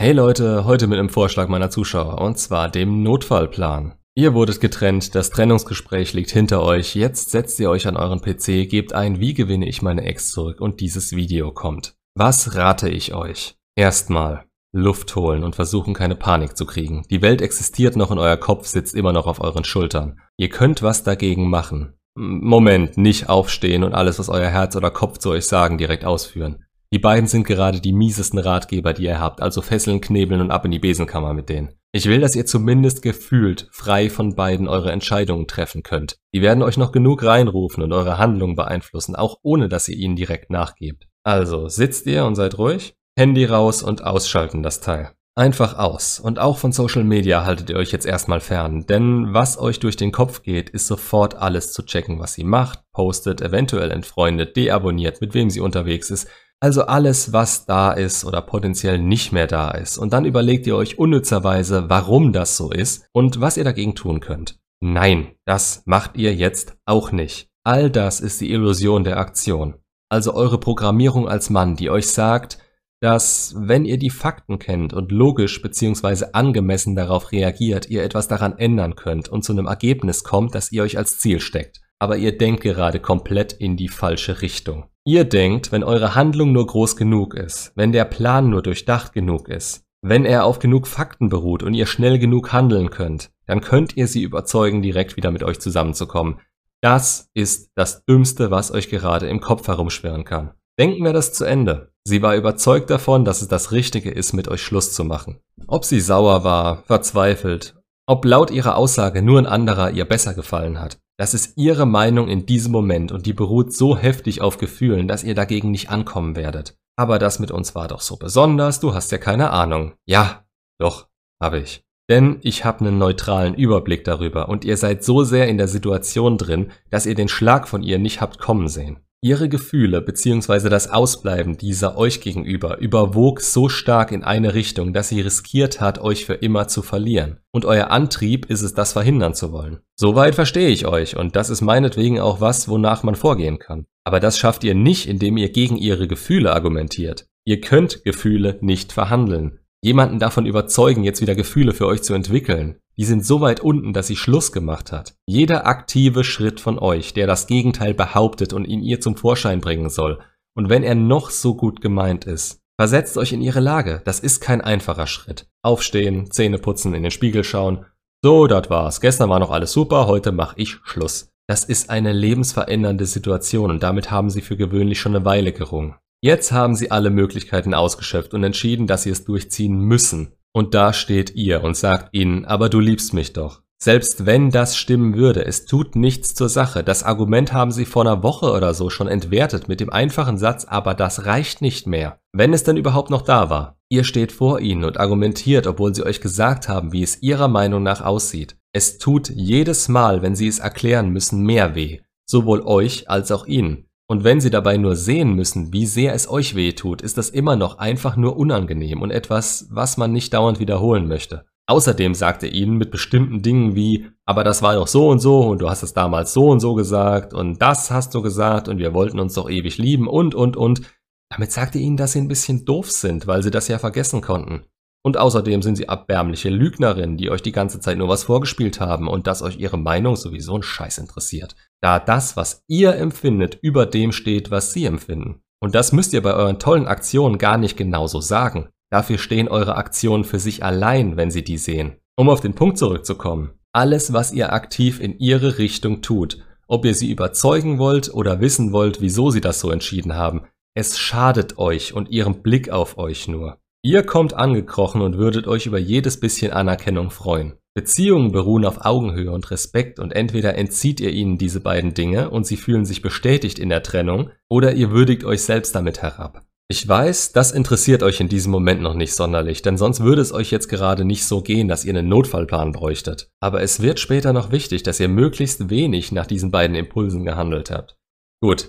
Hey Leute, heute mit einem Vorschlag meiner Zuschauer, und zwar dem Notfallplan. Ihr wurdet getrennt, das Trennungsgespräch liegt hinter euch, jetzt setzt ihr euch an euren PC, gebt ein, wie gewinne ich meine Ex zurück und dieses Video kommt. Was rate ich euch? Erstmal Luft holen und versuchen, keine Panik zu kriegen. Die Welt existiert noch und euer Kopf sitzt immer noch auf euren Schultern. Ihr könnt was dagegen machen. Moment, nicht aufstehen und alles, was euer Herz oder Kopf zu euch sagen, direkt ausführen. Die beiden sind gerade die miesesten Ratgeber, die ihr habt, also fesseln, knebeln und ab in die Besenkammer mit denen. Ich will, dass ihr zumindest gefühlt frei von beiden eure Entscheidungen treffen könnt. Die werden euch noch genug reinrufen und eure Handlungen beeinflussen, auch ohne dass ihr ihnen direkt nachgebt. Also sitzt ihr und seid ruhig, Handy raus und ausschalten das Teil. Einfach aus. Und auch von Social Media haltet ihr euch jetzt erstmal fern, denn was euch durch den Kopf geht, ist sofort alles zu checken, was sie macht, postet, eventuell entfreundet, deabonniert, mit wem sie unterwegs ist. Also alles, was da ist oder potenziell nicht mehr da ist. Und dann überlegt ihr euch unnützerweise, warum das so ist und was ihr dagegen tun könnt. Nein, das macht ihr jetzt auch nicht. All das ist die Illusion der Aktion. Also eure Programmierung als Mann, die euch sagt, dass, wenn ihr die Fakten kennt und logisch bzw. angemessen darauf reagiert, ihr etwas daran ändern könnt und zu einem Ergebnis kommt, das ihr euch als Ziel steckt. Aber ihr denkt gerade komplett in die falsche Richtung. Ihr denkt, wenn eure Handlung nur groß genug ist, wenn der Plan nur durchdacht genug ist, wenn er auf genug Fakten beruht und ihr schnell genug handeln könnt, dann könnt ihr sie überzeugen, direkt wieder mit euch zusammenzukommen. Das ist das Dümmste, was euch gerade im Kopf herumschwirren kann. Denken wir das zu Ende. Sie war überzeugt davon, dass es das Richtige ist, mit euch Schluss zu machen. Ob sie sauer war, verzweifelt, ob laut ihrer Aussage nur ein anderer ihr besser gefallen hat. Das ist ihre Meinung in diesem Moment und die beruht so heftig auf Gefühlen, dass ihr dagegen nicht ankommen werdet. Aber das mit uns war doch so besonders, du hast ja keine Ahnung. Ja, doch, habe ich. Denn ich habe einen neutralen Überblick darüber und ihr seid so sehr in der Situation drin, dass ihr den Schlag von ihr nicht habt kommen sehen. Ihre Gefühle bzw. das Ausbleiben dieser euch gegenüber überwog so stark in eine Richtung, dass sie riskiert hat, euch für immer zu verlieren. Und euer Antrieb ist es, das verhindern zu wollen. Soweit verstehe ich euch und das ist meinetwegen auch was, wonach man vorgehen kann. Aber das schafft ihr nicht, indem ihr gegen ihre Gefühle argumentiert. Ihr könnt Gefühle nicht verhandeln. Jemanden davon überzeugen, jetzt wieder Gefühle für euch zu entwickeln. Die sind so weit unten, dass sie Schluss gemacht hat. Jeder aktive Schritt von euch, der das Gegenteil behauptet und ihn ihr zum Vorschein bringen soll, und wenn er noch so gut gemeint ist, versetzt euch in ihre Lage. Das ist kein einfacher Schritt. Aufstehen, Zähne putzen, in den Spiegel schauen. So, das war's. Gestern war noch alles super, heute mache ich Schluss. Das ist eine lebensverändernde Situation und damit haben sie für gewöhnlich schon eine Weile gerungen. Jetzt haben sie alle Möglichkeiten ausgeschöpft und entschieden, dass sie es durchziehen müssen. Und da steht ihr und sagt ihnen, aber du liebst mich doch. Selbst wenn das stimmen würde, es tut nichts zur Sache. Das Argument haben sie vor einer Woche oder so schon entwertet mit dem einfachen Satz, aber das reicht nicht mehr. Wenn es denn überhaupt noch da war. Ihr steht vor ihnen und argumentiert, obwohl sie euch gesagt haben, wie es ihrer Meinung nach aussieht. Es tut jedes Mal, wenn sie es erklären müssen, mehr weh. Sowohl euch als auch ihnen. Und wenn sie dabei nur sehen müssen, wie sehr es euch weh tut, ist das immer noch einfach nur unangenehm und etwas, was man nicht dauernd wiederholen möchte. Außerdem sagt er ihnen mit bestimmten Dingen wie, aber das war doch so und du hast es damals so und so gesagt und das hast du gesagt und wir wollten uns doch ewig lieben und. Damit sagt er ihnen, dass sie ein bisschen doof sind, weil sie das ja vergessen konnten. Und außerdem sind sie erbärmliche Lügnerinnen, die euch die ganze Zeit nur was vorgespielt haben und dass euch ihre Meinung sowieso ein Scheiß interessiert. Da das, was ihr empfindet, über dem steht, was sie empfinden. Und das müsst ihr bei euren tollen Aktionen gar nicht genauso sagen. Dafür stehen eure Aktionen für sich allein, wenn sie die sehen. Um auf den Punkt zurückzukommen. Alles, was ihr aktiv in ihre Richtung tut, ob ihr sie überzeugen wollt oder wissen wollt, wieso sie das so entschieden haben, es schadet euch und ihrem Blick auf euch nur. Ihr kommt angekrochen und würdet euch über jedes bisschen Anerkennung freuen. Beziehungen beruhen auf Augenhöhe und Respekt und entweder entzieht ihr ihnen diese beiden Dinge und sie fühlen sich bestätigt in der Trennung oder ihr würdigt euch selbst damit herab. Ich weiß, das interessiert euch in diesem Moment noch nicht sonderlich, denn sonst würde es euch jetzt gerade nicht so gehen, dass ihr einen Notfallplan bräuchtet. Aber es wird später noch wichtig, dass ihr möglichst wenig nach diesen beiden Impulsen gehandelt habt. Gut,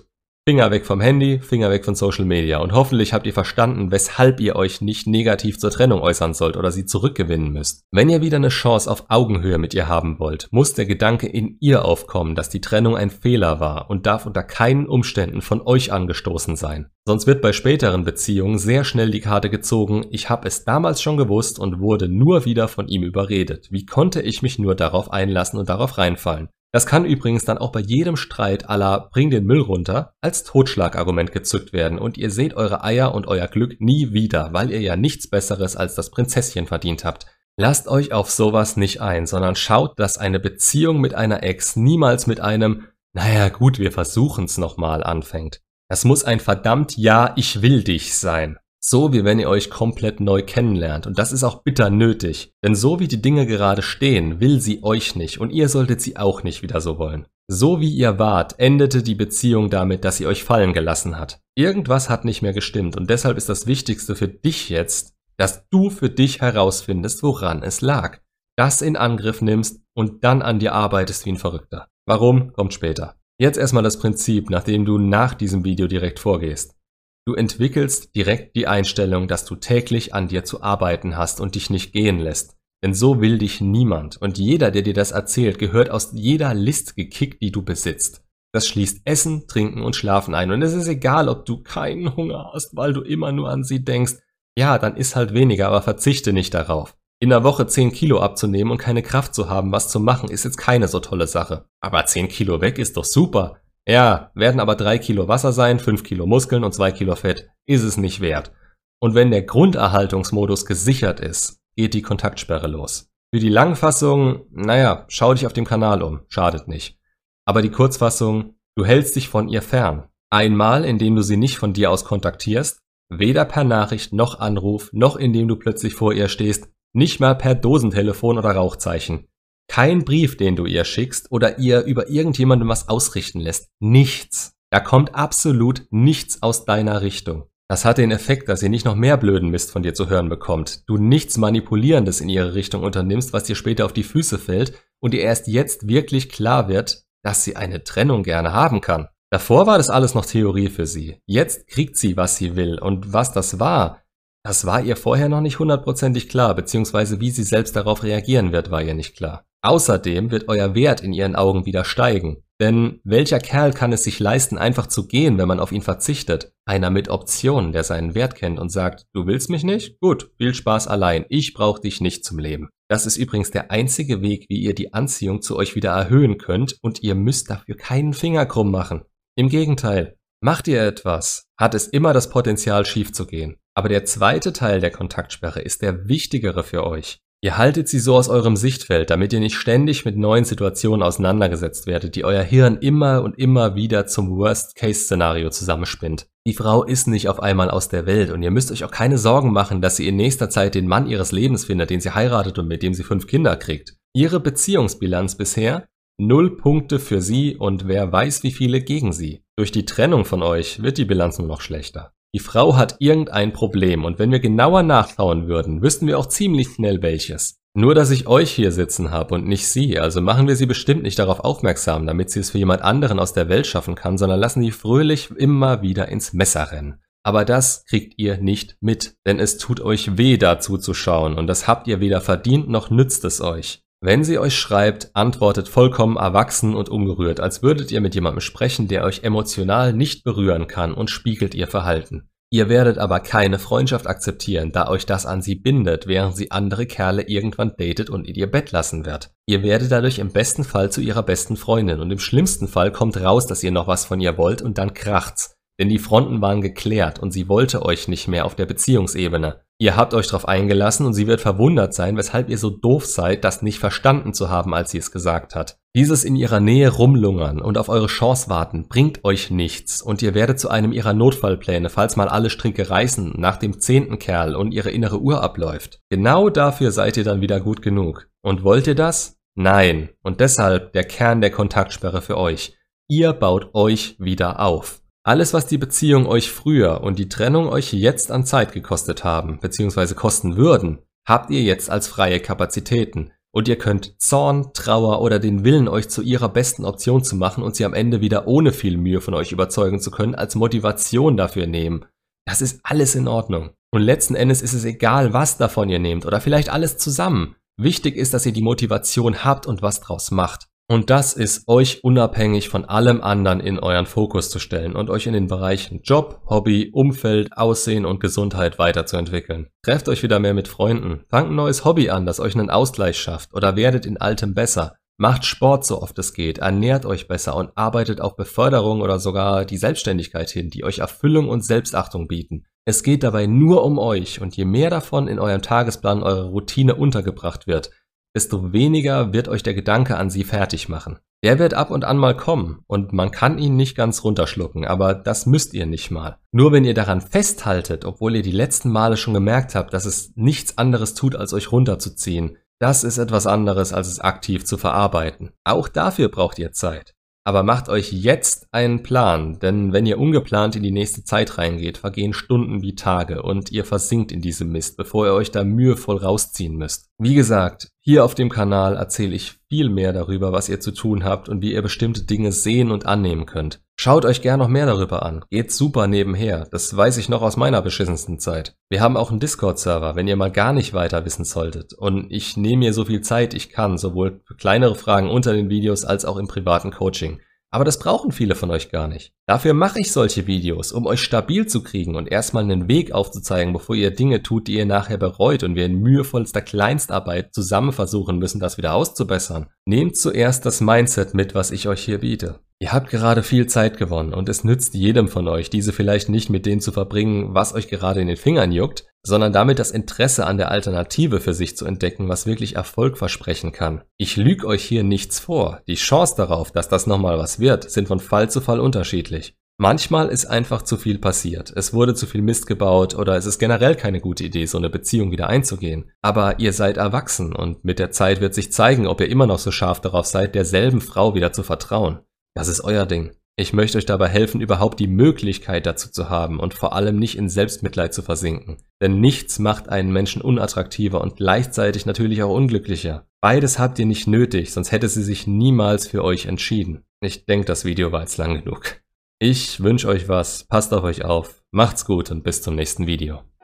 Finger weg vom Handy, Finger weg von Social Media und hoffentlich habt ihr verstanden, weshalb ihr euch nicht negativ zur Trennung äußern sollt oder sie zurückgewinnen müsst. Wenn ihr wieder eine Chance auf Augenhöhe mit ihr haben wollt, muss der Gedanke in ihr aufkommen, dass die Trennung ein Fehler war und darf unter keinen Umständen von euch angestoßen sein. Sonst wird bei späteren Beziehungen sehr schnell die Karte gezogen, ich habe es damals schon gewusst und wurde nur wieder von ihm überredet. Wie konnte ich mich nur darauf einlassen und darauf reinfallen? Das kann übrigens dann auch bei jedem Streit à la bring den Müll runter als Totschlagargument gezückt werden und ihr seht eure Eier und euer Glück nie wieder, weil ihr ja nichts Besseres als das Prinzesschen verdient habt. Lasst euch auf sowas nicht ein, sondern schaut, dass eine Beziehung mit einer Ex niemals mit einem naja gut, wir versuchen's nochmal anfängt. Das muss ein verdammt ja, ich will dich sein. So wie wenn ihr euch komplett neu kennenlernt und das ist auch bitter nötig, denn so wie die Dinge gerade stehen, will sie euch nicht und ihr solltet sie auch nicht wieder so wollen. So wie ihr wart, endete die Beziehung damit, dass sie euch fallen gelassen hat. Irgendwas hat nicht mehr gestimmt und deshalb ist das Wichtigste für dich jetzt, dass du für dich herausfindest, woran es lag, das in Angriff nimmst und dann an dir arbeitest wie ein Verrückter. Warum? Kommt später. Jetzt erstmal das Prinzip, nachdem du nach diesem Video direkt vorgehst. Du entwickelst direkt die Einstellung, dass du täglich an dir zu arbeiten hast und dich nicht gehen lässt. Denn so will dich niemand und jeder, der dir das erzählt, gehört aus jeder List gekickt, die du besitzt. Das schließt Essen, Trinken und Schlafen ein und es ist egal, ob du keinen Hunger hast, weil du immer nur an sie denkst. Ja, dann iss halt weniger, aber verzichte nicht darauf. In der Woche 10 Kilo abzunehmen und keine Kraft zu haben, was zu machen, ist jetzt keine so tolle Sache. Aber 10 Kilo weg ist doch super. Ja, werden aber 3 Kilo Wasser sein, 5 Kilo Muskeln und 2 Kilo Fett. Ist es nicht wert. Und wenn der Grunderhaltungsmodus gesichert ist, geht die Kontaktsperre los. Für die Langfassung, naja, schau dich auf dem Kanal um, schadet nicht. Aber die Kurzfassung, du hältst dich von ihr fern. Einmal, indem du sie nicht von dir aus kontaktierst, weder per Nachricht noch Anruf, noch indem du plötzlich vor ihr stehst, nicht mal per Dosentelefon oder Rauchzeichen. Kein Brief, den du ihr schickst oder ihr über irgendjemandem was ausrichten lässt. Nichts. Da kommt absolut nichts aus deiner Richtung. Das hat den Effekt, dass ihr nicht noch mehr blöden Mist von dir zu hören bekommt. Du nichts Manipulierendes in ihre Richtung unternimmst, was dir später auf die Füße fällt und ihr erst jetzt wirklich klar wird, dass sie eine Trennung gerne haben kann. Davor war das alles noch Theorie für sie. Jetzt kriegt sie, was sie will und was das war ihr vorher noch nicht hundertprozentig klar, beziehungsweise wie sie selbst darauf reagieren wird, war ihr nicht klar. Außerdem wird euer Wert in ihren Augen wieder steigen. Denn welcher Kerl kann es sich leisten, einfach zu gehen, wenn man auf ihn verzichtet? Einer mit Optionen, der seinen Wert kennt und sagt, du willst mich nicht? Gut, viel Spaß allein, ich brauche dich nicht zum Leben. Das ist übrigens der einzige Weg, wie ihr die Anziehung zu euch wieder erhöhen könnt und ihr müsst dafür keinen Finger krumm machen. Im Gegenteil, macht ihr etwas, hat es immer das Potenzial schief zu gehen. Aber der zweite Teil der Kontaktsperre ist der wichtigere für euch. Ihr haltet sie so aus eurem Sichtfeld, damit ihr nicht ständig mit neuen Situationen auseinandergesetzt werdet, die euer Hirn immer und immer wieder zum Worst-Case-Szenario zusammenspinnt. Die Frau ist nicht auf einmal aus der Welt und ihr müsst euch auch keine Sorgen machen, dass sie in nächster Zeit den Mann ihres Lebens findet, den sie heiratet und mit dem sie 5 Kinder kriegt. Ihre Beziehungsbilanz bisher? 0 Punkte für sie und wer weiß wie viele gegen sie. Durch die Trennung von euch wird die Bilanz nur noch schlechter. Die Frau hat irgendein Problem und wenn wir genauer nachschauen würden, wüssten wir auch ziemlich schnell welches. Nur, dass ich euch hier sitzen habe und nicht sie, also machen wir sie bestimmt nicht darauf aufmerksam, damit sie es für jemand anderen aus der Welt schaffen kann, sondern lassen sie fröhlich immer wieder ins Messer rennen. Aber das kriegt ihr nicht mit, denn es tut euch weh, dazu zu schauen und das habt ihr weder verdient noch nützt es euch. Wenn sie euch schreibt, antwortet vollkommen erwachsen und ungerührt, als würdet ihr mit jemandem sprechen, der euch emotional nicht berühren kann und spiegelt ihr Verhalten. Ihr werdet aber keine Freundschaft akzeptieren, da euch das an sie bindet, während sie andere Kerle irgendwann datet und in ihr Bett lassen wird. Ihr werdet dadurch im besten Fall zu ihrer besten Freundin und im schlimmsten Fall kommt raus, dass ihr noch was von ihr wollt und dann kracht's. Denn die Fronten waren geklärt und sie wollte euch nicht mehr auf der Beziehungsebene. Ihr habt euch darauf eingelassen und sie wird verwundert sein, weshalb ihr so doof seid, das nicht verstanden zu haben, als sie es gesagt hat. Dieses in ihrer Nähe rumlungern und auf eure Chance warten bringt euch nichts und ihr werdet zu einem ihrer Notfallpläne, falls mal alle Stricke reißen, nach dem 10. Kerl und ihre innere Uhr abläuft. Genau dafür seid ihr dann wieder gut genug. Und wollt ihr das? Nein. Und deshalb der Kern der Kontaktsperre für euch. Ihr baut euch wieder auf. Alles, was die Beziehung euch früher und die Trennung euch jetzt an Zeit gekostet haben, bzw. kosten würden, habt ihr jetzt als freie Kapazitäten. Und ihr könnt Zorn, Trauer oder den Willen, euch zu ihrer besten Option zu machen und sie am Ende wieder ohne viel Mühe von euch überzeugen zu können, als Motivation dafür nehmen. Das ist alles in Ordnung. Und letzten Endes ist es egal, was davon ihr nehmt oder vielleicht alles zusammen. Wichtig ist, dass ihr die Motivation habt und was draus macht. Und das ist euch unabhängig von allem anderen in euren Fokus zu stellen und euch in den Bereichen Job, Hobby, Umfeld, Aussehen und Gesundheit weiterzuentwickeln. Trefft euch wieder mehr mit Freunden, fangt ein neues Hobby an, das euch einen Ausgleich schafft oder werdet in Altem besser. Macht Sport so oft es geht, ernährt euch besser und arbeitet auf Beförderung oder sogar die Selbstständigkeit hin, die euch Erfüllung und Selbstachtung bieten. Es geht dabei nur um euch und je mehr davon in eurem Tagesplan, eurer Routine untergebracht wird, desto weniger wird euch der Gedanke an sie fertig machen. Der wird ab und an mal kommen und man kann ihn nicht ganz runterschlucken, aber das müsst ihr nicht mal. Nur wenn ihr daran festhaltet, obwohl ihr die letzten Male schon gemerkt habt, dass es nichts anderes tut, als euch runterzuziehen, das ist etwas anderes, als es aktiv zu verarbeiten. Auch dafür braucht ihr Zeit. Aber macht euch jetzt einen Plan, denn wenn ihr ungeplant in die nächste Zeit reingeht, vergehen Stunden wie Tage und ihr versinkt in diesem Mist, bevor ihr euch da mühevoll rausziehen müsst. Wie gesagt, hier auf dem Kanal erzähle ich viel mehr darüber, was ihr zu tun habt und wie ihr bestimmte Dinge sehen und annehmen könnt. Schaut euch gern noch mehr darüber an. Geht super nebenher. Das weiß ich noch aus meiner beschissensten Zeit. Wir haben auch einen Discord-Server, wenn ihr mal gar nicht weiter wissen solltet. Und ich nehme mir so viel Zeit ich kann, sowohl für kleinere Fragen unter den Videos als auch im privaten Coaching. Aber das brauchen viele von euch gar nicht. Dafür mache ich solche Videos, um euch stabil zu kriegen und erstmal einen Weg aufzuzeigen, bevor ihr Dinge tut, die ihr nachher bereut und wir in mühevollster Kleinstarbeit zusammen versuchen müssen, das wieder auszubessern. Nehmt zuerst das Mindset mit, was ich euch hier biete. Ihr habt gerade viel Zeit gewonnen und es nützt jedem von euch, diese vielleicht nicht mit dem zu verbringen, was euch gerade in den Fingern juckt, sondern damit das Interesse an der Alternative für sich zu entdecken, was wirklich Erfolg versprechen kann. Ich lüge euch hier nichts vor. Die Chance darauf, dass das nochmal was wird, sind von Fall zu Fall unterschiedlich. Manchmal ist einfach zu viel passiert. Es wurde zu viel Mist gebaut oder es ist generell keine gute Idee, so eine Beziehung wieder einzugehen. Aber ihr seid erwachsen und mit der Zeit wird sich zeigen, ob ihr immer noch so scharf darauf seid, derselben Frau wieder zu vertrauen. Das ist euer Ding. Ich möchte euch dabei helfen, überhaupt die Möglichkeit dazu zu haben und vor allem nicht in Selbstmitleid zu versinken. Denn nichts macht einen Menschen unattraktiver und gleichzeitig natürlich auch unglücklicher. Beides habt ihr nicht nötig, sonst hätte sie sich niemals für euch entschieden. Ich denke, das Video war jetzt lang genug. Ich wünsche euch was, passt auf euch auf, macht's gut und bis zum nächsten Video.